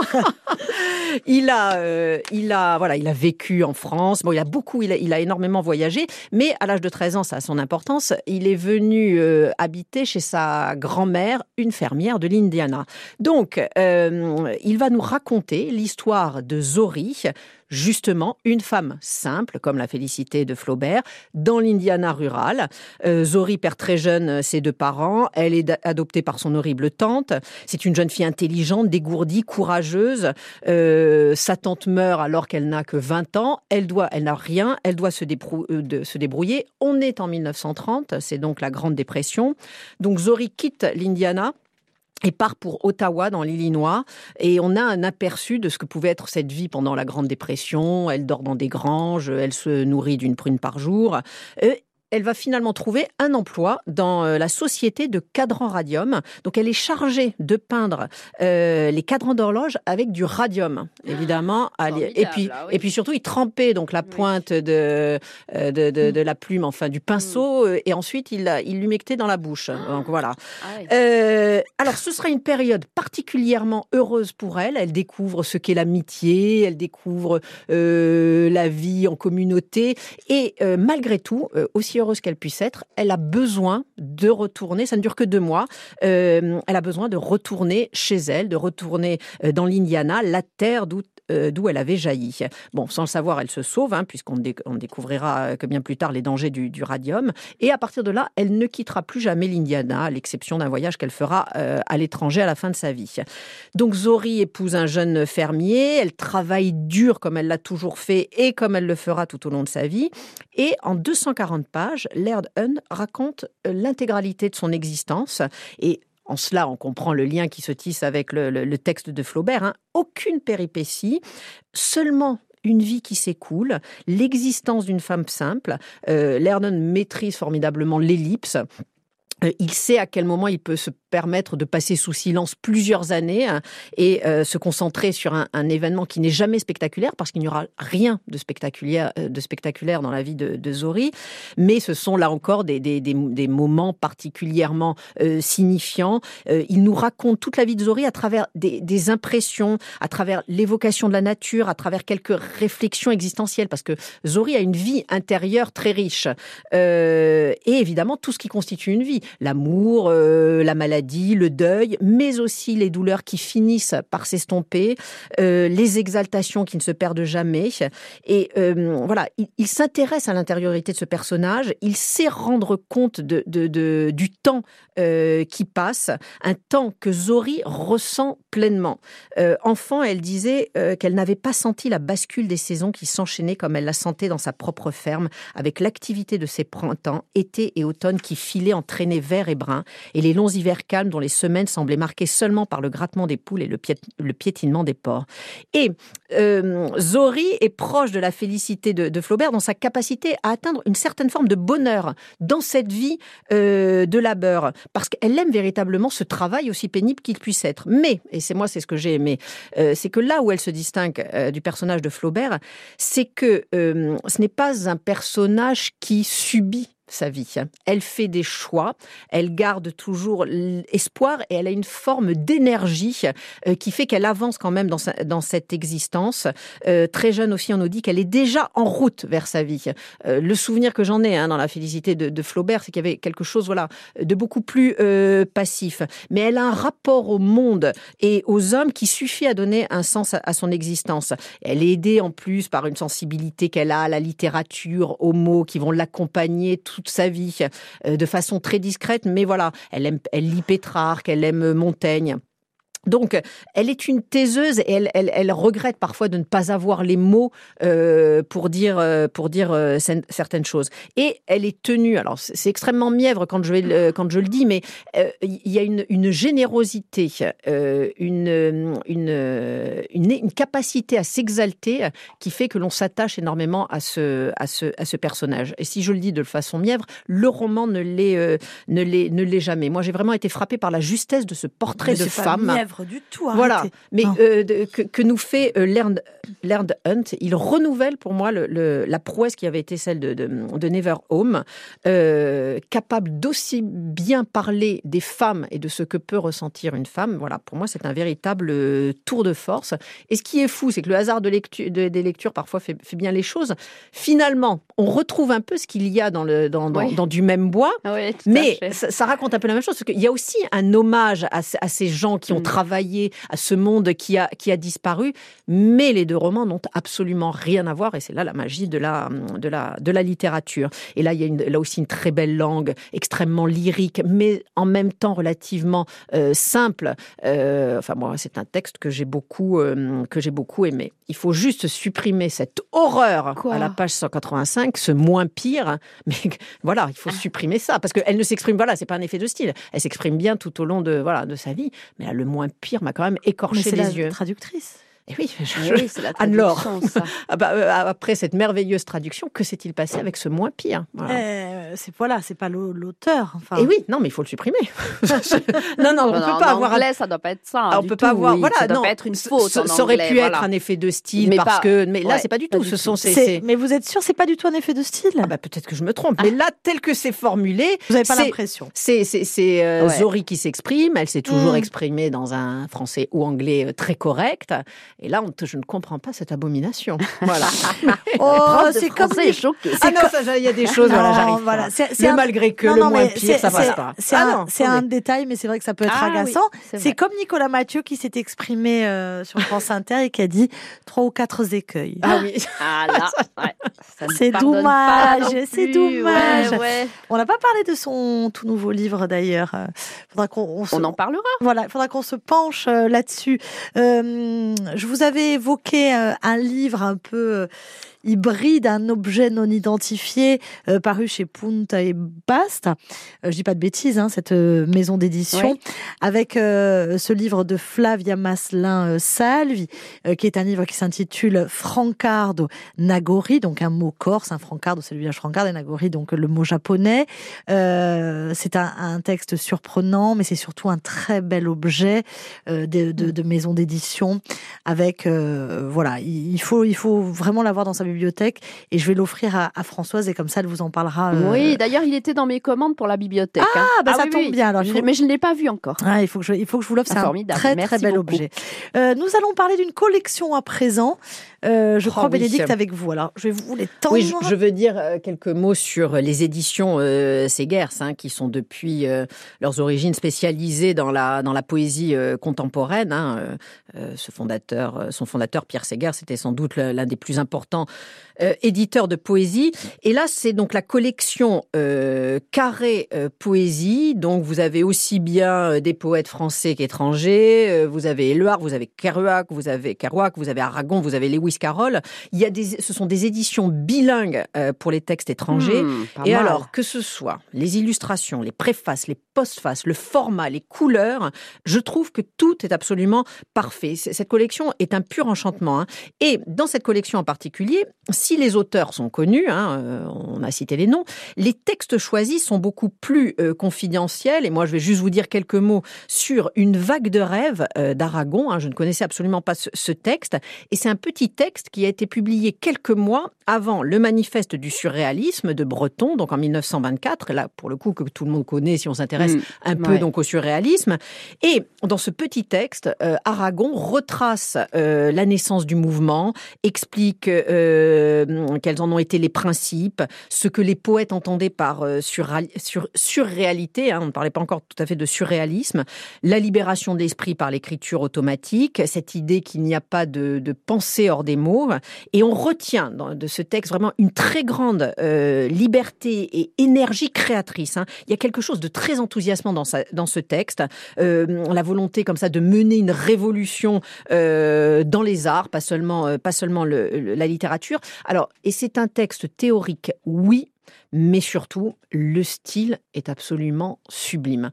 Il a vécu en France. Bon, il a énormément voyagé, mais à l'âge de 13 ans, ça a son importance. Il est venu habiter chez sa grand-mère, une fermière de l'Indiana. Donc, il va nous raconter l'histoire de Zori, justement, une femme simple, comme la félicité de Flaubert, dans l'Indiana rural. Zori perd très jeune ses deux parents. Elle est adoptée par son horrible tante. C'est une jeune fille intelligente, dégourdie, courageuse. Sa tante meurt alors qu'elle n'a que 20 ans. Elle n'a rien. Elle doit se débrouiller. On est en 1930. C'est donc la Grande Dépression. Donc Zori quitte l'Indiana et part pour Ottawa, dans l'Illinois. Et on a un aperçu de ce que pouvait être cette vie pendant la Grande Dépression. Elle dort dans des granges, elle se nourrit d'une prune par jour. Elle va finalement trouver un emploi dans la société de cadrans radium. Donc, elle est chargée de peindre les cadrans d'horloge avec du radium, évidemment. Et puis surtout, il trempait donc la pointe de la plume, enfin du pinceau, et ensuite il l'humectait dans la bouche. Donc voilà. Alors, ce sera une période particulièrement heureuse pour elle. Elle découvre ce qu'est l'amitié, elle découvre la vie en communauté, et malgré tout, aussi heureuse qu'elle puisse être, elle a besoin de retourner, ça ne dure que 2 mois, elle a besoin de retourner chez elle, de retourner dans l'Indiana, la terre d'où elle avait jailli. Bon, sans le savoir, elle se sauve, puisqu'on découvrira que bien plus tard les dangers du radium, et à partir de là, elle ne quittera plus jamais l'Indiana, à l'exception d'un voyage qu'elle fera à l'étranger à la fin de sa vie. Donc Zori épouse un jeune fermier, elle travaille dur comme elle l'a toujours fait et comme elle le fera tout au long de sa vie, et en 240 pages, Laird Hunt raconte l'intégralité de son existence, et en cela, on comprend le lien qui se tisse avec le texte de Flaubert. Aucune péripétie, seulement une vie qui s'écoule, l'existence d'une femme simple. Laird Hunt maîtrise formidablement l'ellipse. Il sait à quel moment il peut se permettre de passer sous silence plusieurs années et se concentrer sur un événement qui n'est jamais spectaculaire, parce qu'il n'y aura rien de spectaculaire dans la vie de Zori, mais ce sont là encore des moments particulièrement signifiants. Il nous raconte toute la vie de Zori à travers des impressions, à travers l'évocation de la nature, à travers quelques réflexions existentielles, parce que Zori a une vie intérieure très riche, et évidemment tout ce qui constitue une vie. L'amour, la maladie, le deuil, mais aussi les douleurs qui finissent par s'estomper, les exaltations qui ne se perdent jamais. Et voilà, il s'intéresse à l'intériorité de ce personnage, il sait rendre compte du temps qui passe, un temps que Zori ressent pleinement. Enfant, elle disait qu'elle n'avait pas senti la bascule des saisons qui s'enchaînaient comme elle la sentait dans sa propre ferme, avec l'activité de ses printemps, été et automne qui filaient entraînés vert et brun, et les longs hivers calmes dont les semaines semblaient marquées seulement par le grattement des poules et le piétinement des porcs. Et Zori est proche de la félicité de Flaubert dans sa capacité à atteindre une certaine forme de bonheur dans cette vie de labeur, parce qu'elle aime véritablement ce travail aussi pénible qu'il puisse être. Mais, et c'est ce que j'ai aimé, c'est que là où elle se distingue du personnage de Flaubert, c'est que ce n'est pas un personnage qui subit sa vie. Elle fait des choix, elle garde toujours l'espoir et elle a une forme d'énergie qui fait qu'elle avance quand même dans cette existence. Très jeune aussi, on nous dit qu'elle est déjà en route vers sa vie. Le souvenir que j'en ai dans La Félicité de Flaubert, c'est qu'il y avait quelque chose de beaucoup plus passif. Mais elle a un rapport au monde et aux hommes qui suffit à donner un sens à son existence. Elle est aidée en plus par une sensibilité qu'elle a à la littérature, aux mots qui vont l'accompagner toute sa vie de façon très discrète. Mais voilà, elle lit Pétrarque, elle aime Montaigne. Donc, elle est une taiseuse et elle regrette parfois de ne pas avoir les mots pour dire certaines choses. Et elle est tenue. Alors, c'est extrêmement mièvre quand je le dis, mais il y a une générosité, une capacité à s'exalter qui fait que l'on s'attache énormément à ce personnage. Et si je le dis de façon mièvre, le roman ne l'est jamais. Moi, j'ai vraiment été frappée par la justesse de ce portrait de femme. Du tout, voilà, mais que nous fait Leonard Hunt. Il renouvelle pour moi la prouesse qui avait été celle de Never Home, capable d'aussi bien parler des femmes et de ce que peut ressentir une femme. Voilà, pour moi, c'est un véritable tour de force. Et ce qui est fou, c'est que le hasard des lectures parfois fait bien les choses. Finalement, on retrouve un peu ce qu'il y a dans du même bois, oui, mais ça raconte un peu la même chose, parce qu'il y a aussi un hommage à ces gens qui ont travaillé à ce monde qui a disparu, mais les deux romans n'ont absolument rien à voir, et c'est là la magie de la littérature. Et là, il y a là aussi une très belle langue, extrêmement lyrique, mais en même temps relativement simple. Enfin, moi, c'est un texte que j'ai beaucoup aimé. Il faut juste supprimer cette horreur à la page 185, ce moins pire, mais voilà, il faut supprimer ça, parce qu'elle ne s'exprime, voilà, c'est pas un effet de style, elle s'exprime bien tout au long de sa vie, mais là, le moins pire m'a quand même écorché les yeux. C'est la traductrice. Et oui, c'est la traduction, ça. Après cette merveilleuse traduction, que s'est-il passé avec ce moins pire? C'est pas l'auteur. Enfin. Et oui, non, mais il faut le supprimer. non, on peut pas avoir. En anglais, ça doit pas être ça. On peut pas avoir. Voilà, ça doit pas être une faute. Ça aurait pu être un effet de style, mais là, c'est pas du tout. Mais vous êtes sûr, c'est pas du tout un effet de style? Peut-être que je me trompe. Mais là, tel que c'est formulé, vous avez pas l'impression. C'est Zori qui s'exprime. Elle s'est toujours exprimée dans un français ou anglais très correct. Et là, je ne comprends pas cette abomination. Voilà. C'est comme ça. Il y a des choses, j'arrive pas. Mais malgré que le moins pire, ça passe pas. C'est un détail, mais c'est vrai que ça peut être agaçant. Oui, c'est comme Nicolas Mathieu qui s'est exprimé sur France Inter et qui a dit 3 ou 4 écueils. Ah oui. C'est dommage. C'est dommage. Ouais. On n'a pas parlé de son tout nouveau livre d'ailleurs. On en parlera. Voilà, il faudra qu'on se penche là-dessus. Je vous avais évoqué un livre un peu hybride, un objet non identifié, paru chez Punta et Basta. Je dis pas de bêtises, cette maison d'édition, avec ce livre de Flavia Maslin Salvi, qui est un livre qui s'intitule Francardo Nagori, donc un mot corse, Francardo c'est le village Francardo et Nagori donc le mot japonais. C'est un texte surprenant, mais c'est surtout un très bel objet de maison d'édition, avec il faut vraiment l'avoir dans sa bibliothèque, et je vais l'offrir à Françoise, et comme ça elle vous en parlera. Oui, d'ailleurs il était dans mes commandes pour la bibliothèque. Ça tombe bien alors. Mais je ne l'ai pas vu encore. Il faut que je vous l'offre, c'est un très très bel objet. Nous allons parler d'une collection à présent. Je crois, Bénédicte, avec vous. Alors, je vais vous les tendre. Oui, je veux dire quelques mots sur les éditions Segers, qui sont depuis leurs origines spécialisées dans la poésie contemporaine. Son fondateur, Pierre Segers, c'était sans doute l'un des plus importants éditeurs de poésie. Et là, c'est donc la collection Carré Poésie. Donc, vous avez aussi bien des poètes français qu'étrangers. Vous avez Éluard, vous avez Kerouac, vous avez Aragon, vous avez Lewis Carroll. Ce sont des éditions bilingues pour les textes étrangers. Et mal. Alors, que ce soit les illustrations, les préfaces, les postfaces, le format, les couleurs, je trouve que tout est absolument parfait. Cette collection est un pur enchantement. Et dans cette collection en particulier, si les auteurs sont connus, on a cité les noms, les textes choisis sont beaucoup plus confidentiels. Et moi, je vais juste vous dire quelques mots sur Une vague de rêve d'Aragon. Je ne connaissais absolument pas ce texte. Et c'est un petit texte qui a été publié quelques mois avant le manifeste du surréalisme de Breton, donc en 1924, là pour le coup que tout le monde connaît si on s'intéresse un peu donc au surréalisme. Et dans ce petit texte, Aragon retrace la naissance du mouvement, explique quels en ont été les principes, ce que les poètes entendaient par surréalité, on ne parlait pas encore tout à fait de surréalisme, la libération de l'esprit par l'écriture automatique, cette idée qu'il n'y a pas de pensée hors des mots. Et on retient de ce texte vraiment une très grande liberté et énergie créatrice. Il y a quelque chose de très enthousiasmant dans ce texte. La volonté comme ça de mener une révolution dans les arts, pas seulement la littérature. Alors, et c'est un texte théorique, oui, mais surtout, le style est absolument sublime.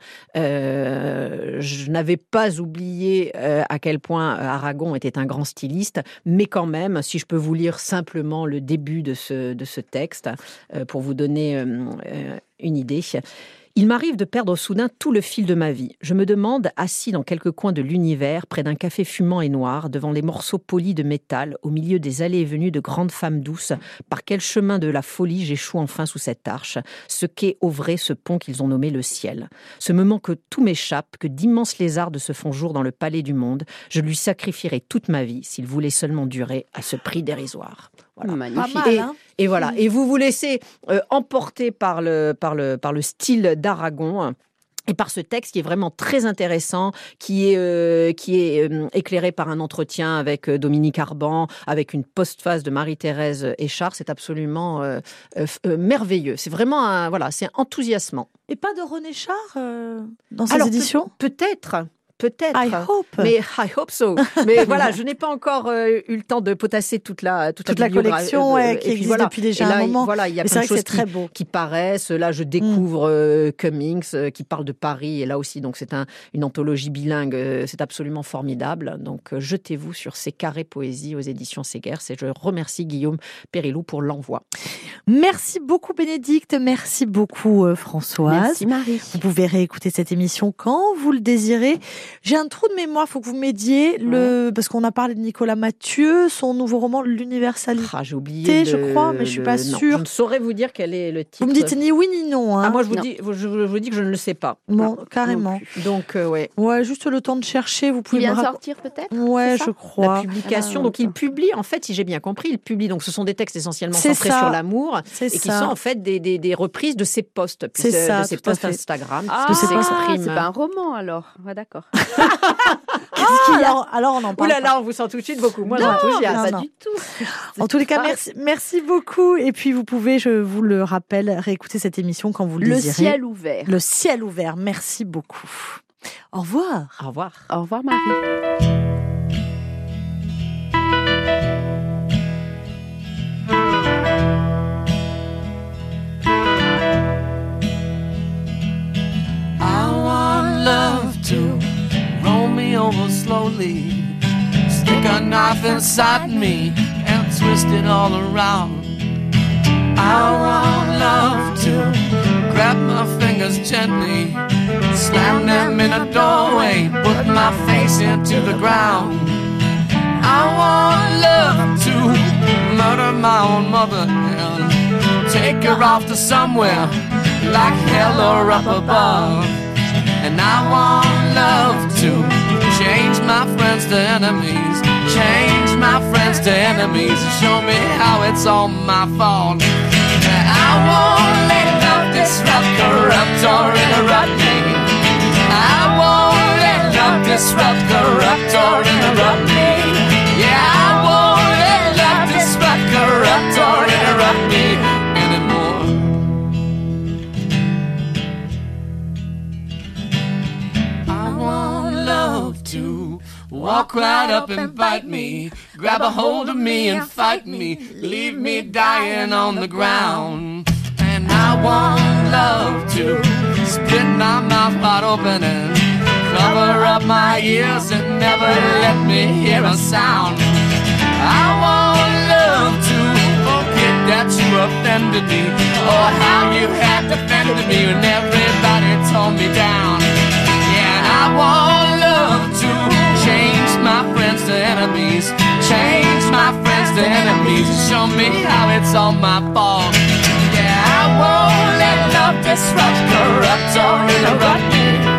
Je n'avais pas oublié à quel point Aragon était un grand styliste, mais quand même, si je peux vous lire simplement le début de ce texte, pour vous donner une idée. Il m'arrive de perdre soudain tout le fil de ma vie. Je me demande, assis dans quelque coin de l'univers, près d'un café fumant et noir, devant les morceaux polis de métal, au milieu des allées et venues de grandes femmes douces, par quel chemin de la folie j'échoue enfin sous cette arche, ce qu'est au vrai ce pont qu'ils ont nommé le ciel. Ce moment que tout m'échappe, que d'immenses lézardes se font jour dans le palais du monde, je lui sacrifierai toute ma vie s'il voulait seulement durer à ce prix dérisoire. Voilà. Magnifique. Pas mal, Et voilà. Et vous vous laissez emporter par le style d'Aragon. Et par ce texte qui est vraiment très intéressant, qui est éclairé par un entretien avec Dominique Arban, avec une postface de Marie-Thérèse Échard, c'est absolument merveilleux. C'est vraiment c'est enthousiasmant. Et pas de René Char dans ces éditions Peut-être. I hope. Mais I hope so. Mais voilà, je n'ai pas encore eu le temps de potasser toute la collection qui existe depuis déjà un moment. Voilà, il y a plein de choses qui paraissent. Là, je découvre Cummings qui parle de Paris. Et là aussi, donc c'est une anthologie bilingue. C'est absolument formidable. Donc, jetez-vous sur ces carrés poésie aux éditions Segers. Et je remercie Guillaume Périlloux pour l'envoi. Merci beaucoup Bénédicte. Merci beaucoup Françoise. Merci Marie. Vous pouvez réécouter cette émission quand vous le désirez. J'ai un trou de mémoire, il faut que vous m'aidiez, parce qu'on a parlé de Nicolas Mathieu, son nouveau roman L'Universalité. J'ai oublié je crois, mais je suis pas sûre. Je ne saurais vous dire quel est le titre. Vous me dites ni oui ni non. Moi je vous dis que je ne le sais pas. Bon, carrément. Donc ouais. Ouais, juste le temps de chercher, vous pouvez Il vient de sortir peut-être. Ouais, je crois. La publication. Donc il publie, en fait, si j'ai bien compris, donc ce sont des textes essentiellement centrés sur l'amour et qui sont en fait des reprises de ses posts, de ses posts Instagram. C'est pas un roman alors. Ouais, d'accord. Qu'est-ce qu'il y a ? Alors on en parle. Ouh là là, on vous sent tout de suite beaucoup moins enthousiaste. Non. Du tout. En tous les cas, merci beaucoup. Et puis vous pouvez, je vous le rappelle, réécouter cette émission quand vous le désirez. Le ciel ouvert. Le ciel ouvert. Merci beaucoup. Au revoir. Au revoir. Au revoir Marie. Over slowly, stick a knife inside me and twist it all around. I want love to grab my fingers gently, slam them in a doorway, put my face into the ground. I want love to murder my own mother and take her off to somewhere like hell or up above. And I want love to change my friends to enemies, change my friends to enemies, show me how it's all my fault. I won't let love disrupt, corrupt or interrupt me. I won't let love disrupt, corrupt or interrupt me. Yeah, I won't let love disrupt, corrupt or interrupt me anymore. I want love to walk right up and bite me, grab a hold of me and fight me, leave me dying on the ground. And I want love to split my mouth wide open and cover up my ears and never let me hear a sound. I want love to forget that you offended me, or how you had defended me when everybody tore me down. Yeah, and I want love to change my friends to enemies, change my friends enemies and show me how it's all my fault. Yeah, I won't let love disrupt, corrupt, or interrupt me.